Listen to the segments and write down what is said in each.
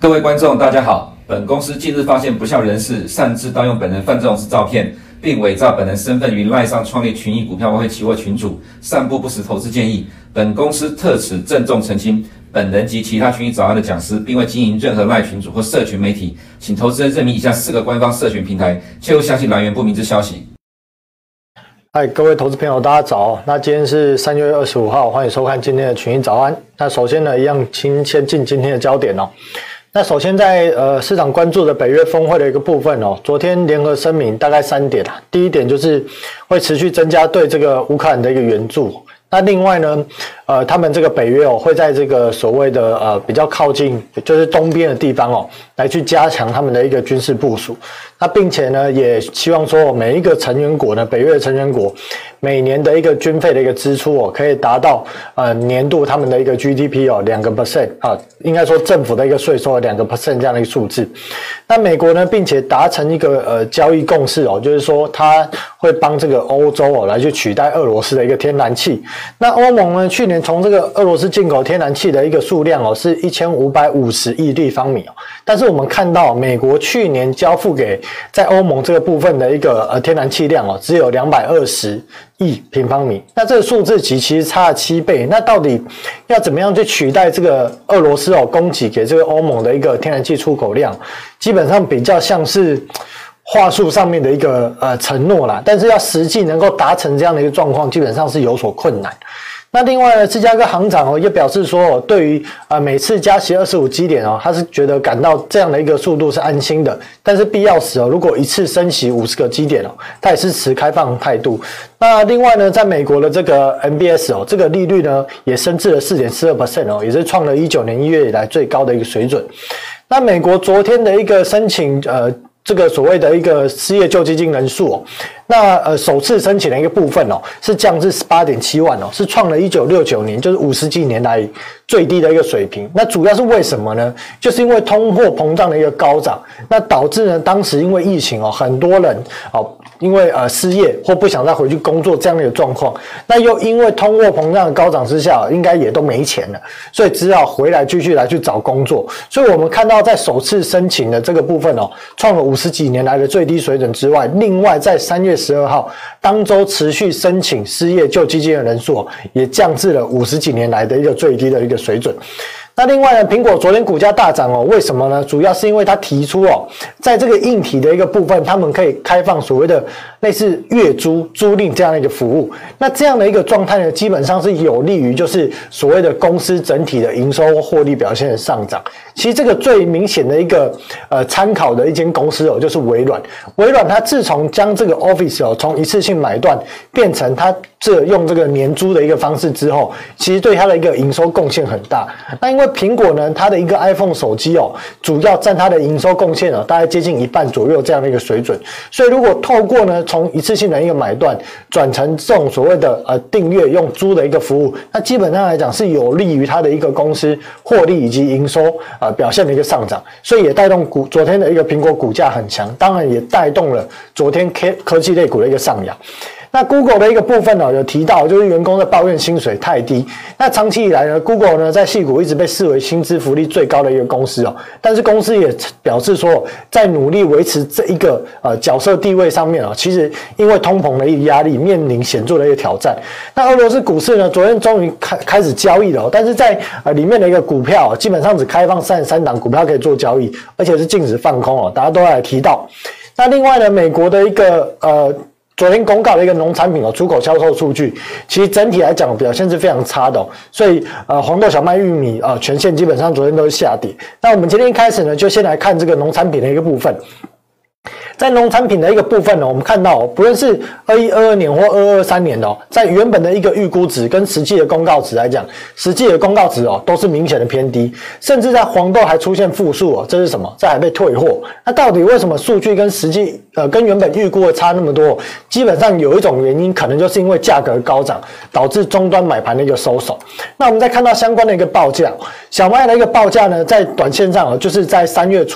各位观众，大家好。本公司近日发现不肖人士擅自盗用本人范仲式照片，并伪造本人身份于赖上创立群益股票外汇期货群组，散布不实投资建议。本公司特此郑重澄清，本人及其他群益早安的讲师，并未经营任何赖群组或社群媒体，请投资人认明以下4个官方社群平台，切勿相信来源不明之消息。 嗨，各位投资朋友，大家早。那今天是3月25号，欢迎收看今天的群益早安。那首先呢，一样先进今天的焦点哦。那首先在市场关注的北约峰会的一个部分哦，昨天联合声明大概3点啦。第一点就是会持续增加对这个乌克兰的一个援助。那另外呢，他们这个北约哦会在这个所谓的比较靠近就是东边的地方哦，来去加强他们的一个军事部署。那并且呢，也希望说每一个成员国呢，北约的成员国每年的一个军费的一个支出哦，可以达到年度他们的一个 GDP 哦2% 啊，应该说政府的一个税收的2% 这样的一个数字。那美国呢，并且达成一个交易共识哦，就是说它会帮这个欧洲哦来去取代俄罗斯的一个天然气。那欧盟呢，去年从这个俄罗斯进口天然气的一个数量哦是1550亿立方米哦，但是我们看到美国去年交付给在欧盟这个部分的一个天然气量哦，只有220亿平方米，那这个数字其实差了7倍。那到底要怎么样去取代这个俄罗斯哦供给给这个欧盟的一个天然气出口量？基本上比较像是话术上面的一个承诺啦，但是要实际能够达成这样的一个状况，基本上是有所困难。那另外呢，芝加哥行长也表示说，对于每次加息25基点哦，他是觉得感到这样的一个速度是安心的，但是必要时哦，如果一次升息50个基点哦，他也是持开放态度。那另外呢，在美国的这个 MBS 哦，这个利率呢也升至了 4.42% 哦，也是创了19年1月以来最高的一个水准。那美国昨天的一个申请这个所谓的一个失业救济金人数哦，那首次申请的一个部分哦，是降至18.7万哦，是创了1969年就是50几年来最低的一个水平。那主要是为什么呢？就是因为通货膨胀的一个高涨，那导致呢当时因为疫情哦，很多人哦因为失业或不想再回去工作这样的一个状况，那又因为通货膨胀的高涨之下，应该也都没钱了，所以只好回来继续来去找工作。所以我们看到在首次申请的这个部分哦，创了50几年来的最低水准之外，另外在3月12号当周持续申请失业救济金的人数哦，也降至了50几年来的一个最低的一个水准。那另外呢，苹果昨天股价大涨哦，为什么呢？主要是因为它提出哦，在这个硬体的一个部分，他们可以开放所谓的类似月租租赁这样的一个服务。那这样的一个状态呢，基本上是有利于就是所谓的公司整体的营收或获利表现的上涨。其实这个最明显的一个参考的一间公司哦，就是微软。微软它自从将这个 Office 哦从一次性买断变成它用这个年租的一个方式之后，其实对它的一个营收贡献很大。那因为苹果呢，它的一个 iPhone 手机哦，主要占它的营收贡献哦，大概接近1半左右这样的一个水准。所以如果透过呢从一次性的一个买断转成这种所谓的订阅用租的一个服务，那基本上来讲是有利于它的一个公司获利以及营收表现的一个上涨，所以也带动昨天的一个苹果股价很强，当然也带动了昨天科技类股的一个上扬。那 Google 的一个部分呢，有提到就是员工在抱怨薪水太低。那长期以来呢 ，Google 呢在矽谷一直被视为薪资福利最高的一个公司哦。但是公司也表示说，在努力维持这一个角色地位上面哦，其实因为通膨的一个压力，面临显著的一个挑战。那俄罗斯股市呢，昨天终于开始交易了哦，但是在里面的一个股票基本上只开放33档股票可以做交易，而且是禁止放空哦。大家都来提到。那另外呢，美国的一个昨天公告的一个农产品出口销售数据，其实整体来讲表现是非常差的哦，所以黄豆、小麦、玉米全线基本上昨天都是下跌。那我们今天开始呢，就先来看这个农产品的一个部分。在农产品的一个部分呢，我们看到不论是21、22年或22、23年的在原本的一个预估值跟实际的公告值来讲，实际的公告值都是明显的偏低，甚至在黄豆还出现负数这是什么？这还被退货。那到底为什么数据跟实际跟原本预估的差那么多？基本上有一种原因，可能就是因为价格高涨，导致终端买盘的一个收手。那我们再看到相关的一个报价，小麦的一个报价呢，在短线上就是在3月初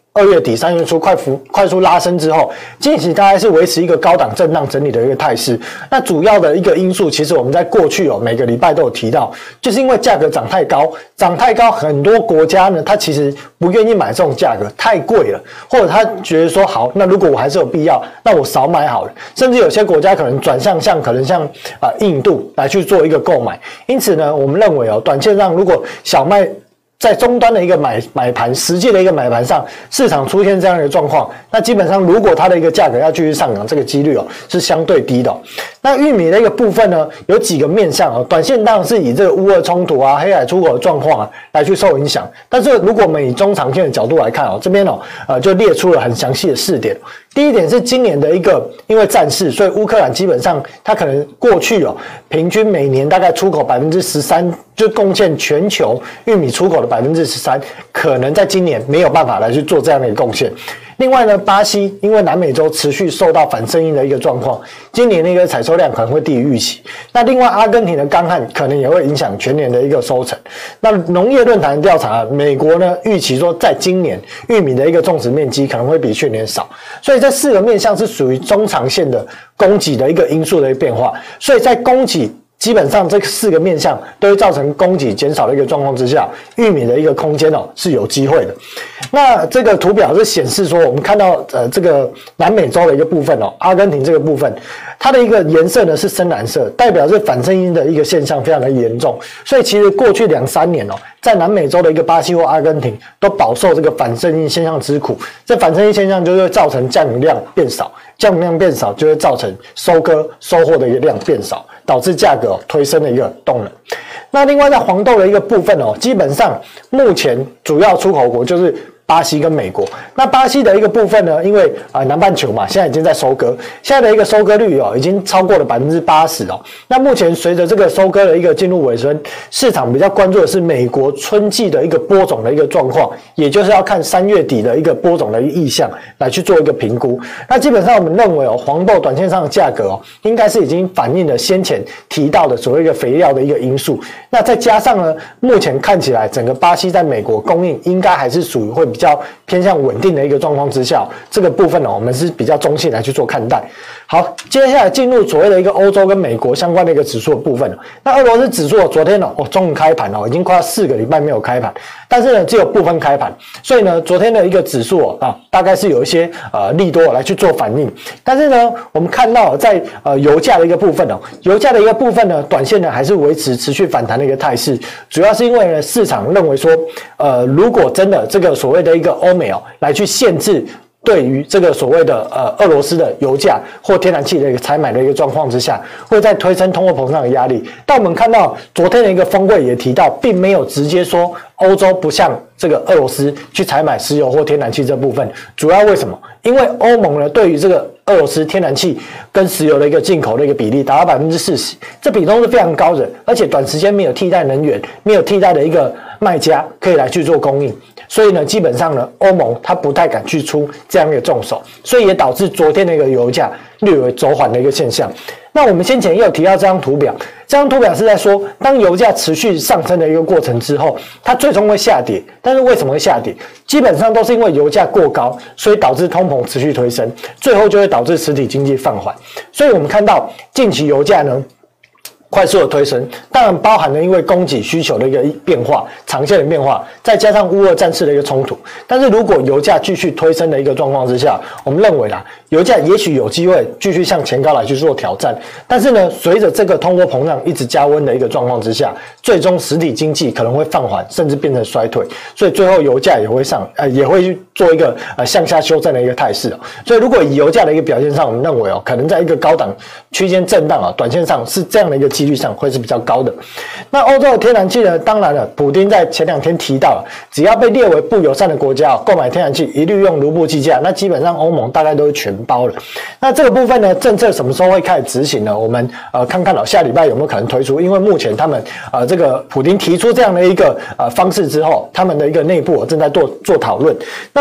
2月底3月初快速拉升之后，近期大概是维持一个高档震荡整理的一个态势。那主要的一个因素，其实我们在过去每个礼拜都有提到，就是因为价格涨太高，很多国家呢，它其实不愿意买这种价格，太贵了，或者他觉得说好，那如果我还是有必要，那我少买好了。甚至有些国家可能转向可能像印度来去做一个购买。因此呢，我们认为短线上如果小麦在终端的一个买盘，实际的一个买盘上，市场出现这样的一个状况，那基本上如果它的一个价格要继续上涨，这个几率是相对低的。那玉米的一个部分呢，有几个面向短线当然是以这个乌俄冲突黑海出口的状况来去受影响。但是如果我们以中长线的角度来看这边就列出了很详细的4点。第一点是今年的一个因为战事，所以乌克兰基本上它可能过去平均每年大概出口13%，就贡献全球玉米出口的13%，可能在今年没有办法来去做这样的一个贡献。另外呢，巴西因为南美洲持续受到反生育的一个状况，今年的一个采收量可能会低于预期。那另外，阿根廷的干旱可能也会影响全年的一个收成。那农业论坛调查，美国呢预期说，在今年玉米的一个种植面积可能会比去年少，所以这4个面向是属于中长线的供给的一个因素的一个变化。所以在供给基本上这4个面向都会造成供给减少的一个状况之下，玉米的一个空间是有机会的。那这个图表是显示说，我们看到这个南美洲的一个部分阿根廷这个部分，它的一个颜色呢是深蓝色，代表是反声音的一个现象非常的严重。所以其实过去2-3年在南美洲的一个巴西或阿根廷都饱受这个反声音现象之苦。这反声音现象就会造成降雨量变少，降雨量变少就会造成收获的一个量变少，导致价格推升的一个动能。那另外在黄豆的一个部分基本上目前主要出口国就是巴西跟美国。那巴西的一个部分呢，因为南半球嘛，现在已经在收割，现在的一个收割率已经超过了80%那目前随着这个收割的一个进入尾声，市场比较关注的是美国春季的一个播种的一个状况，也就是要看3月底的一个播种的一个意向来去做一个评估。那基本上我们认为黄豆短线上的价格应该是已经反映了先前提到的所谓的肥料的一个因素。那再加上呢，目前看起来整个巴西在美国供应应该还是属于会比较偏向稳定的一个状况之下，这个部分我们是比较中性来去做看待。好，接下来进入所谓的一个欧洲跟美国相关的一个指数的部分。那俄罗斯指数昨天终于开盘已经快要4个礼拜没有开盘，但是呢只有部分开盘，所以呢昨天的一个指数大概是有一些利多来去做反应。但是呢我们看到在油价的一个部分呢短线呢还是维持持续反弹的一个态势，主要是因为呢市场认为说如果真的这个所谓的一个欧美来去限制对于这个所谓的俄罗斯的油价或天然气的一个采买的一个状况之下，会在推升通货膨胀的压力。但我们看到昨天的一个峰会也提到，并没有直接说欧洲不向这个俄罗斯去采买石油或天然气这部分。主要为什么？因为欧盟呢对于这个俄罗斯天然气跟石油的一个进口的一个比例达到40%，这比重是非常高的，而且短时间没有替代能源，没有替代的一个卖家可以来去做供应。所以呢，基本上呢，欧盟它不太敢去出这样一个重手，所以也导致昨天的一个油价略微走缓的一个现象。那我们先前也有提到这张图表，这张图表是在说，当油价持续上升的一个过程之后，它最终会下跌。但是为什么会下跌？基本上都是因为油价过高，所以导致通膨持续推升，最后就会导致实体经济放缓。所以我们看到近期油价呢快速的推升，当然包含了因为供给需求的一个变化，长线的变化，再加上乌俄战事的一个冲突。但是如果油价继续推升的一个状况之下，我们认为啦，油价也许有机会继续向前高来去做挑战。但是呢，随着这个通货膨胀一直加温的一个状况之下，最终实体经济可能会放缓，甚至变成衰退，所以最后油价也会也会去做一个向下修正的一个态势。所以如果以油价的一个表现上，我们认为可能在一个高档区间震荡短线上是这样的一个几率上会是比较高的。那欧洲的天然气呢，当然了，普丁在前2天提到了，只要被列为不友善的国家购买天然气一律用卢布计价，那基本上欧盟大概都是全包了。那这个部分呢，政策什么时候会开始执行呢？我们看看下礼拜有没有可能推出，因为目前他们这个普丁提出这样的一个方式之后，他们的一个内部正在做讨论。那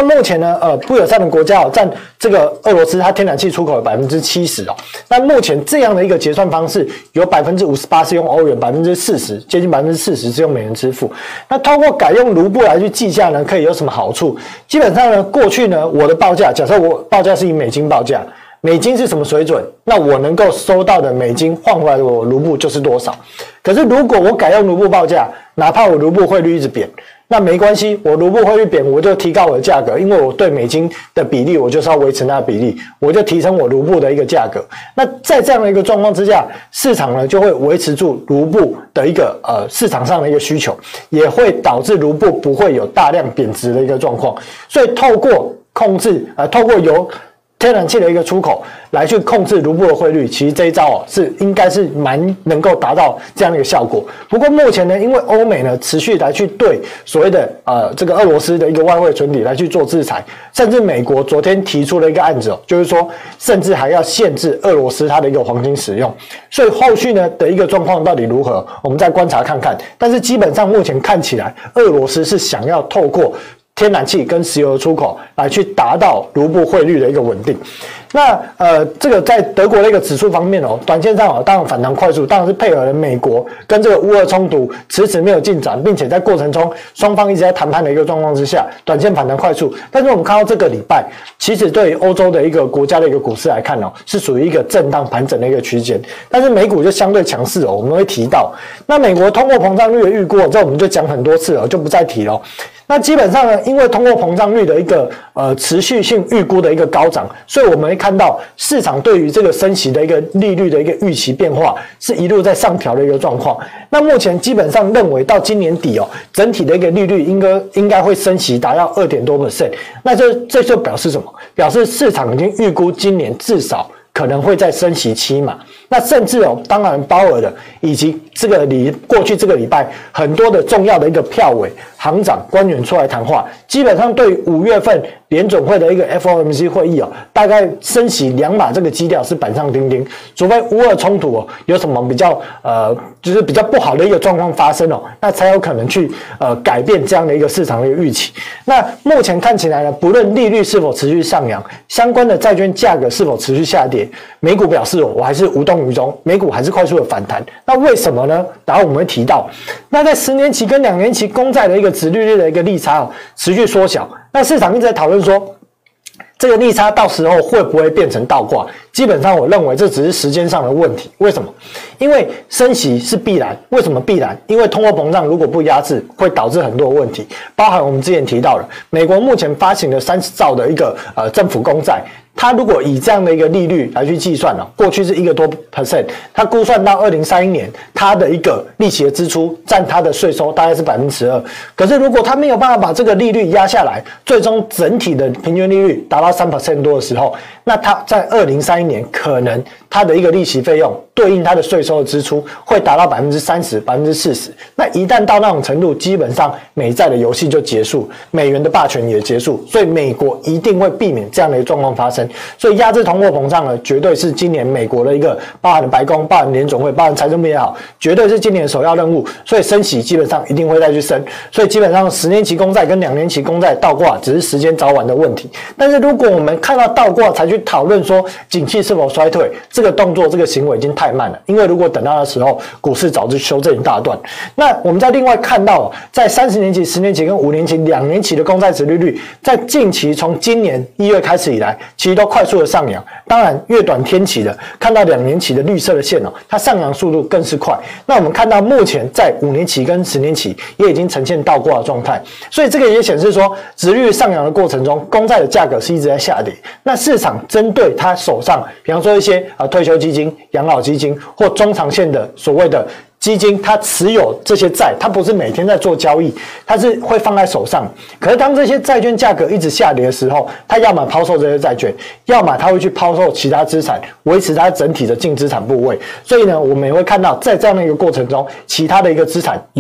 目前呢，不友善的国家占这个俄罗斯它天然气出口的70%哦。那目前这样的一个结算方式，有58%是用欧元，40%接近40%是用美元支付。那透过改用卢布来去计价呢，可以有什么好处？基本上呢，过去呢，我的报价，假设我报价是以美金报价。美金是什么水准？那我能够收到的美金换回来的我卢布就是多少。可是如果我改用卢布报价，哪怕我卢布汇率一直贬，那没关系，我卢布汇率贬，我就提高我的价格，因为我对美金的比例，我就是要维持那个比例，我就提升我卢布的一个价格。那在这样的一个状况之下，市场呢就会维持住卢布的一个市场上的一个需求，也会导致卢布不会有大量贬值的一个状况。所以透过控制透过由天然气的一个出口来去控制卢布的汇率，其实这一招应该是蛮能够达到这样的一个效果。不过目前呢，因为欧美呢持续来去对所谓的这个俄罗斯的一个外汇存底来去做制裁，甚至美国昨天提出了一个案子就是说甚至还要限制俄罗斯它的一个黄金使用。所以后续呢的一个状况到底如何，我们再观察看看。但是基本上目前看起来，俄罗斯是想要透过天然气跟石油的出口来去达到卢布汇率的一个稳定。那这个在德国的一个指数方面短线上当然反弹快速，当然是配合了美国跟这个乌俄冲突迟迟没有进展，并且在过程中双方一直在谈判的一个状况之下，短线反弹快速。但是我们看到这个礼拜，其实对于欧洲的一个国家的一个股市来看是属于一个震荡盘整的一个区间，但是美股就相对强势我们会提到。那美国通货膨胀率的预估这我们就讲很多次就不再提了。那基本上呢，因为通货膨胀率的一个持续性预估的一个高涨，所以我们会看到市场对于这个升息的一个利率的一个预期变化是一路在上调的一个状况。那目前基本上认为到今年底整体的一个利率应该会升息达到2%多。那这就表示什么？表示市场已经预估今年至少可能会再升息7码。那甚至当然鲍尔的以及过去这个礼拜很多的重要的一个票委、行长、官员出来谈话，基本上对5月份联准会的一个 FOMC 会议大概升息2码这个基调是板上钉钉，除非乌俄冲突有什么比较就是比较不好的一个状况发生那才有可能去改变这样的一个市场的一个预期。那目前看起来呢，不论利率是否持续上扬，相关的债券价格是否持续下跌，美股表示我还是无动于衷，美股还是快速的反弹。那为什么呢？然后我们会提到，那在10年期跟2年期公债的一个殖利率的一个利差持续缩小，那市场一直在讨论说，这个利差到时候会不会变成倒挂？基本上我认为这只是时间上的问题。为什么？因为升息是必然。为什么必然？因为通货膨胀如果不压制，会导致很多问题，包含我们之前提到的，美国目前发行的30兆的一个政府公债。它如果以这样的一个利率来去计算过去是1%多，它估算到2031年，它的一个利息的支出占它的税收大概是12%。可是如果它没有办法把这个利率压下来，最终整体的平均利率达到3% 多的时候，那它在2031年可能它的一个利息费用对应它的税收的支出会达到30%、40%。那一旦到那种程度，基本上美债的游戏就结束，美元的霸权也结束，所以美国一定会避免这样的一个状况发生。所以压制通货膨胀呢，绝对是今年美国的一个包含白宫、包含联总会、包含财政部也好，绝对是今年的首要任务。所以升息基本上一定会再去升，所以基本上10年期公债跟2年期公债倒挂只是时间早晚的问题。但是如果我们看到倒挂才去讨论说景气是否衰退，这个动作、这个行为已经太慢了。因为如果等到的时候，股市早就修正一大段。那我们在另外看到，在30年期、10年期跟5年期、2年期的公债殖利率，在近期从今年1月开始以来，其实都快速的上扬。当然，越短天期的看到2年期的绿色的线它上扬速度更是快。那我们看到目前在5年期跟10年期也已经呈现倒挂的状态，所以这个也显示说，殖利率上扬的过程中，公债的价格是一直在下跌。那市场针对他手上，比方说一些退休基金、养老基金或中长线的所谓的基金，它持有这些债，它不是每天在做交易，它是会放在手上。可是当这些债券价格一直下跌的时候，它要么抛售这些债券，要么它会去抛售其他资产，维持它整体的净资产部位。所以呢，我们也会看到，在这样的一个过程中，其他的一个资产有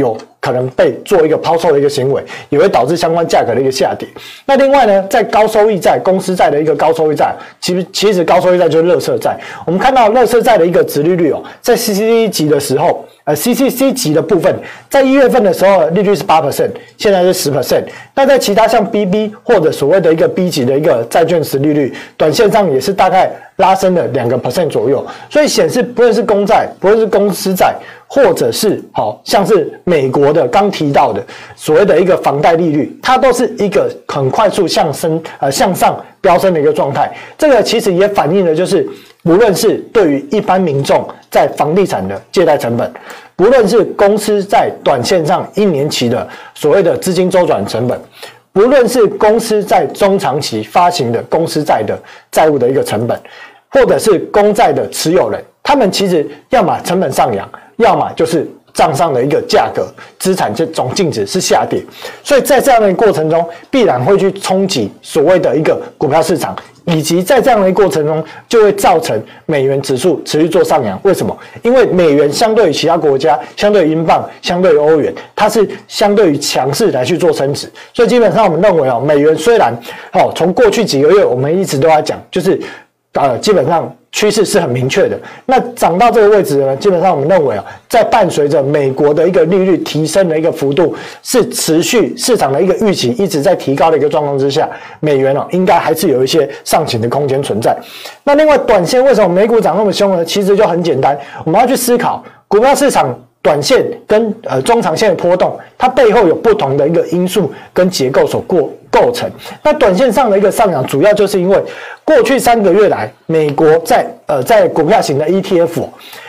可能被做一个抛售的一个行为，也会导致相关价格的一个下跌。那另外呢，在高收益债、公司债的一个高收益债，其实高收益债就是垃圾债。我们看到垃圾债的一个殖利率哦，在 CCC 级的时候。CCC 级的部分，在1月份的时候利率是 8%， 现在是 10%。那在其他像 BB 或者所谓的一个 B 级的一个债券殖利率，短线上也是大概拉升了2% 左右。所以显示，不论是公债，不论是公司债，或者是像是美国的刚提到的所谓的一个房贷利率，它都是一个很快速向上飙升的一个状态。这个其实也反映了就是。无论是对于一般民众在房地产的借贷成本，不论是公司在短线上1年期的所谓的资金周转成本，不论是公司在中长期发行的公司债的债务的一个成本，或者是公债的持有人，他们其实要么成本上扬，要么就是账上的一个价格，资产总净值是下跌，所以在这样的过程中，必然会去冲击所谓的一个股票市场。以及在这样的一个过程中，就会造成美元指数持续做上扬。为什么？因为美元相对于其他国家，相对于英镑，相对于欧元，它是相对于强势来去做升值。所以基本上我们认为美元虽然从过去几个月我们一直都在讲，就是基本上趋势是很明确的。那涨到这个位置呢，基本上我们认为在伴随着美国的一个利率提升的一个幅度是持续市场的一个预期一直在提高的一个状况之下，美元应该还是有一些上行的空间存在。那另外短线为什么美股涨那么凶呢？其实就很简单，我们要去思考股票市场短线跟中长线的波动，它背后有不同的一个因素跟结构所构成。那短线上的一个上扬，主要就是因为过去3个月来，美国在股票型的 ETF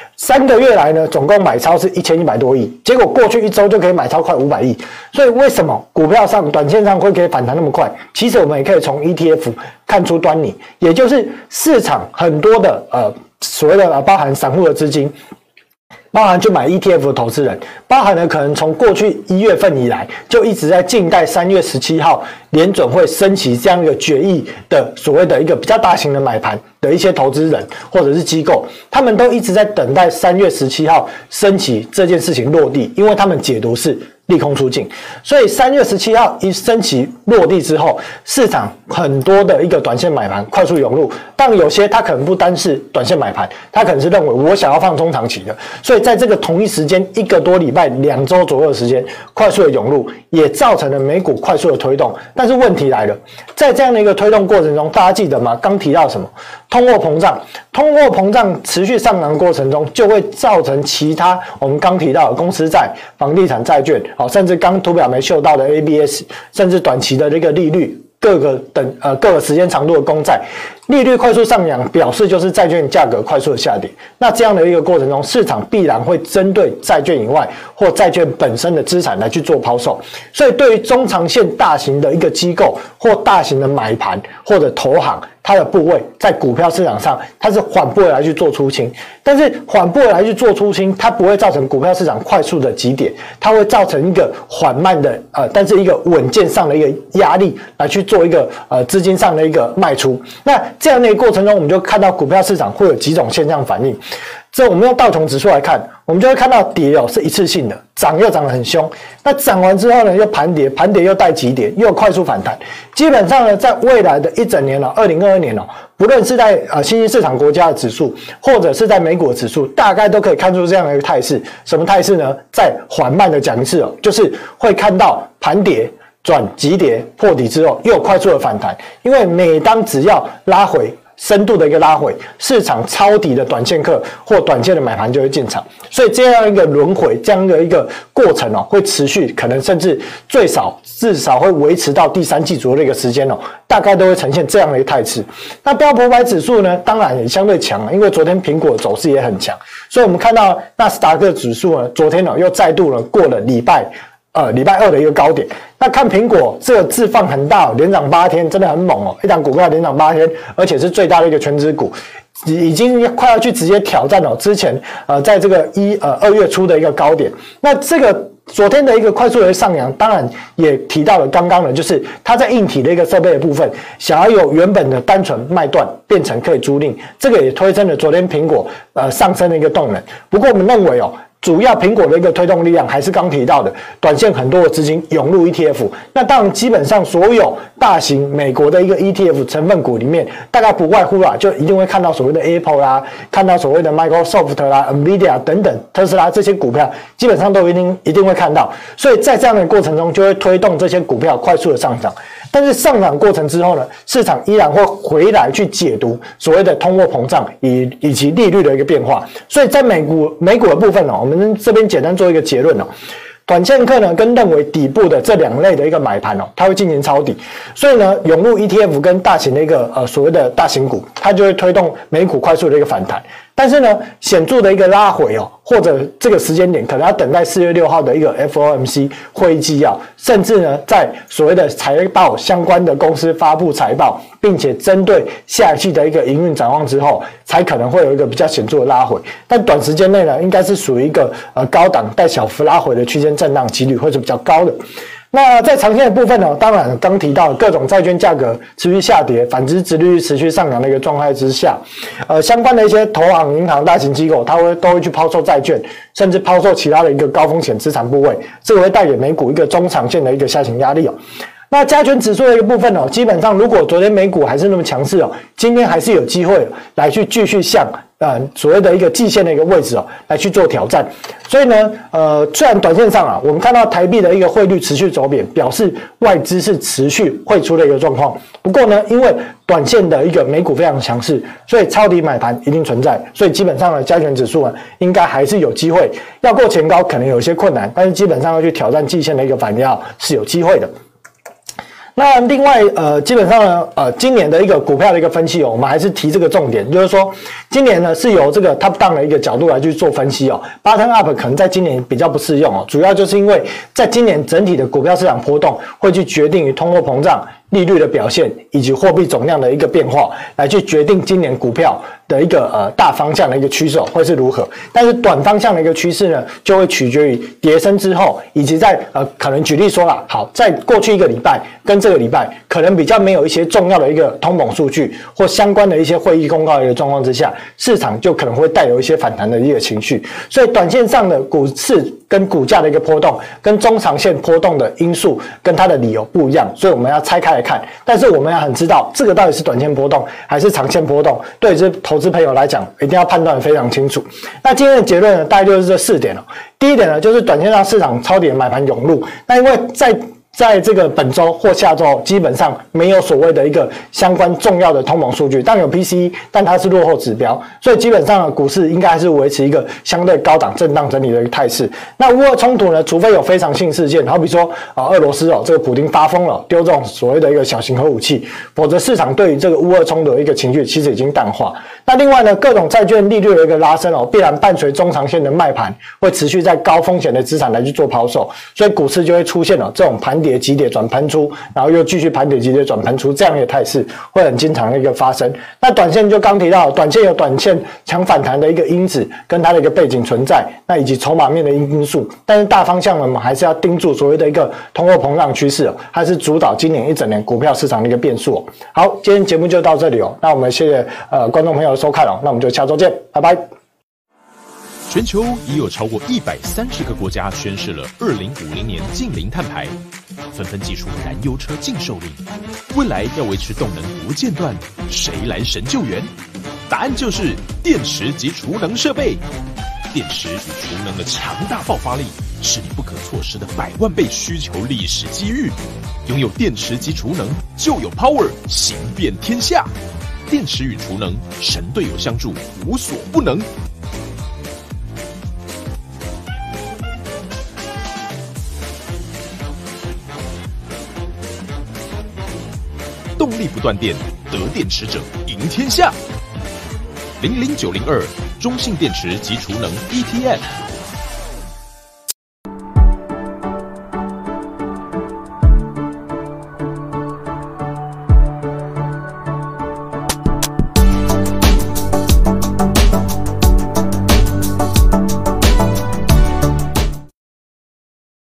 3个月来呢，总共买超是1100多亿，结果过去1周就可以买超快500亿。所以为什么股票上短线上会可以反弹那么快？其实我们也可以从 ETF 看出端倪，也就是市场很多的所谓的包含散户的资金。包含去买 ETF 的投资人，包含了可能从过去1月份以来就一直在静待3月17号联准会升息这样一个决议的所谓的一个比较大型的买盘的一些投资人或者是机构，他们都一直在等待3月17号升息这件事情落地，因为他们解读是利空出尽，所以3月17号一升息落地之后，市场很多的一个短线买盘快速涌入，但有些他可能不单是短线买盘，他可能是认为我想要放中长期的，所以在这个同一时间1个多礼拜2周左右的时间快速的涌入，也造成了美股快速的推动。但是问题来了，在这样的一个推动过程中，大家记得吗？刚提到什么？通货膨胀，通货膨胀持续上扬过程中，就会造成其他我们刚提到的公司债、房地产债券，甚至刚图表没秀到的 ABS， 甚至短期的这个利率。各个时间长度的公债利率快速上扬，表示就是债券价格快速的下跌。那这样的一个过程中，市场必然会针对债券以外或债券本身的资产来去做抛售。所以对于中长线大型的一个机构或大型的买盘或者投行，它的部位在股票市场上，它是缓步的来去做出清，但是缓步的来去做出清，它不会造成股票市场快速的急跌，它会造成一个缓慢的但是一个稳健上的一个压力来去做一个资金上的一个卖出。那这样的一个过程中，我们就看到股票市场会有几种现象反应。这我们用道琼指数来看，我们就会看到跌是一次性的，涨又涨得很凶。那涨完之后呢，又盘跌，盘跌又带急跌，又快速反弹。基本上呢，在未来的一整年2022年不论是在新兴市场国家的指数，或者是在美股的指数，大概都可以看出这样的一个态势。什么态势呢？再缓慢的讲一次就是会看到盘跌转急跌破底之后，又快速的反弹。因为每当只要拉回深度的一个拉回，市场抄底的短线客或短线的买盘就会进场，所以这样一个轮回，这样的一个过程会持续，可能甚至至少会维持到第3季左右的一个时间大概都会呈现这样的一个态势。那标普500指数呢，当然也相对强，因为昨天苹果的走势也很强，所以我们看到纳斯达克指数呢，昨天又再度过了礼拜2的一个高点。那看苹果这个字放很大，连涨8天，真的很猛一档股票连涨8天，而且是最大的一个全指股，已经快要去直接挑战之前在这个2月初的一个高点。那这个昨天的一个快速的上扬，当然也提到了刚刚的，就是它在硬体的一个设备的部分，想要有原本的单纯卖断变成可以租赁，这个也推升了昨天苹果上升的一个动能。不过我们认为主要苹果的一个推动力量还是刚提到的，短线很多的资金涌入 ETF。那当然，基本上所有大型美国的一个 ETF 成分股里面，大概不外乎啦，就一定会看到所谓的 Apple 啦，看到所谓的 Microsoft 啦、Nvidia 等等，特斯拉这些股票，基本上都一定会看到。所以在这样的过程中，就会推动这些股票快速的上涨。但是上涨过程之后呢，市场依然会回来去解读所谓的通货膨胀以及利率的一个变化。所以在美股的部分我们这边简单做一个结论短线客呢跟认为底部的这两类的一个买盘它会进行抄底，所以呢涌入 ETF 跟大型的一个所谓的大型股，它就会推动美股快速的一个反弹。但是呢显著的一个拉回或者这个时间点可能要等待4月6号的一个 FOMC 会议纪要，甚至呢在所谓的财报相关的公司发布财报，并且针对下一季的一个营运展望之后，才可能会有一个比较显著的拉回。但短时间内呢，应该是属于一个高档带小幅拉回的区间震荡，几率会是比较高的。那在长线的部分当然刚提到各种债券价格持续下跌，反之殖利率持续上扬的一个状态之下，相关的一些投行、银行、大型机构，都会去抛售债券，甚至抛售其他的一个高风险资产部位，这个会带给美股一个中长线的一个下行压力那加权指数的一个部分基本上如果昨天美股还是那么强势今天还是有机会来去继续向所谓的一个季线的一个位置来去做挑战。所以呢虽然短线上我们看到台币的一个汇率持续走贬，表示外资是持续汇出的一个状况。不过呢因为短线的一个美股非常强势，所以抄底买盘一定存在，所以基本上呢加权指数应该还是有机会，要过前高可能有些困难，但是基本上要去挑战季线的一个反压是有机会的。那另外基本上呢今年的一个股票的一个分析我们还是提这个重点，就是说今年呢是由这个 top down 的一个角度来去做分析bottom up 可能在今年比较不适用主要就是因为在今年整体的股票市场波动会去决定于通货膨胀、利率的表现以及货币总量的一个变化，来去决定今年股票的一个大方向的一个趋势会是如何。但是短方向的一个趋势呢，就会取决于跌升之后，以及在可能举例说啦，好，在过去一个礼拜跟这个礼拜可能比较没有一些重要的一个通膨数据或相关的一些会议公告的一个状况之下，市场就可能会带有一些反弹的一个情绪。所以短线上的股市跟股价的一个波动，跟中长线波动的因素跟它的理由不一样，所以我们要拆开来看。但是我们要很知道这个到底是短线波动还是长线波动，对这投资朋友来讲一定要判断得非常清楚。那今天的结论呢，大概就是这4点第一点呢，就是短线上市场抄底的买盘涌入，那因为在这个本周或下周基本上没有所谓的一个相关重要的通膨数据，但有 PCE， 但它是落后指标，所以基本上股市应该还是维持一个相对高档震荡整理的一个态势。那乌俄冲突呢，除非有非常性事件，好比说俄罗斯这个普丁发疯了，丢这种所谓的一个小型核武器，否则市场对于这个乌俄冲突的一个情绪其实已经淡化。那另外呢，各种债券利率的一个拉升必然伴随中长线的卖盘会持续在高风险的资产来去做抛售，所以股市就会出现这种盘跌急跌转喷出，然后又继续盘跌急跌转喷出这样的态势会很经常的一个发生。那短线就刚提到，短线有短线强反弹的一个因子跟它的一个背景存在，那以及筹码面的因素，但是大方向呢，我们还是要盯住所谓的一个通货膨胀趋势它是主导今年一整年股票市场的一个变数好，今天节目就到这里那我们谢谢观众朋友的收看那我们就下周见，拜拜。 全球已有超过130个国家宣示了2050年净零碳排，纷纷祭出燃油车禁售令。未来要维持动能不间断，谁来神救援？答案就是电池及储能设备。电池与储能的强大爆发力，是你不可错失的100万倍需求历史机遇。拥有电池及储能，就有 power 行遍天下。电池与储能，神队友相助，无所不能。动力不断电，得电池者赢天下。00902中信电池及储能 ETF。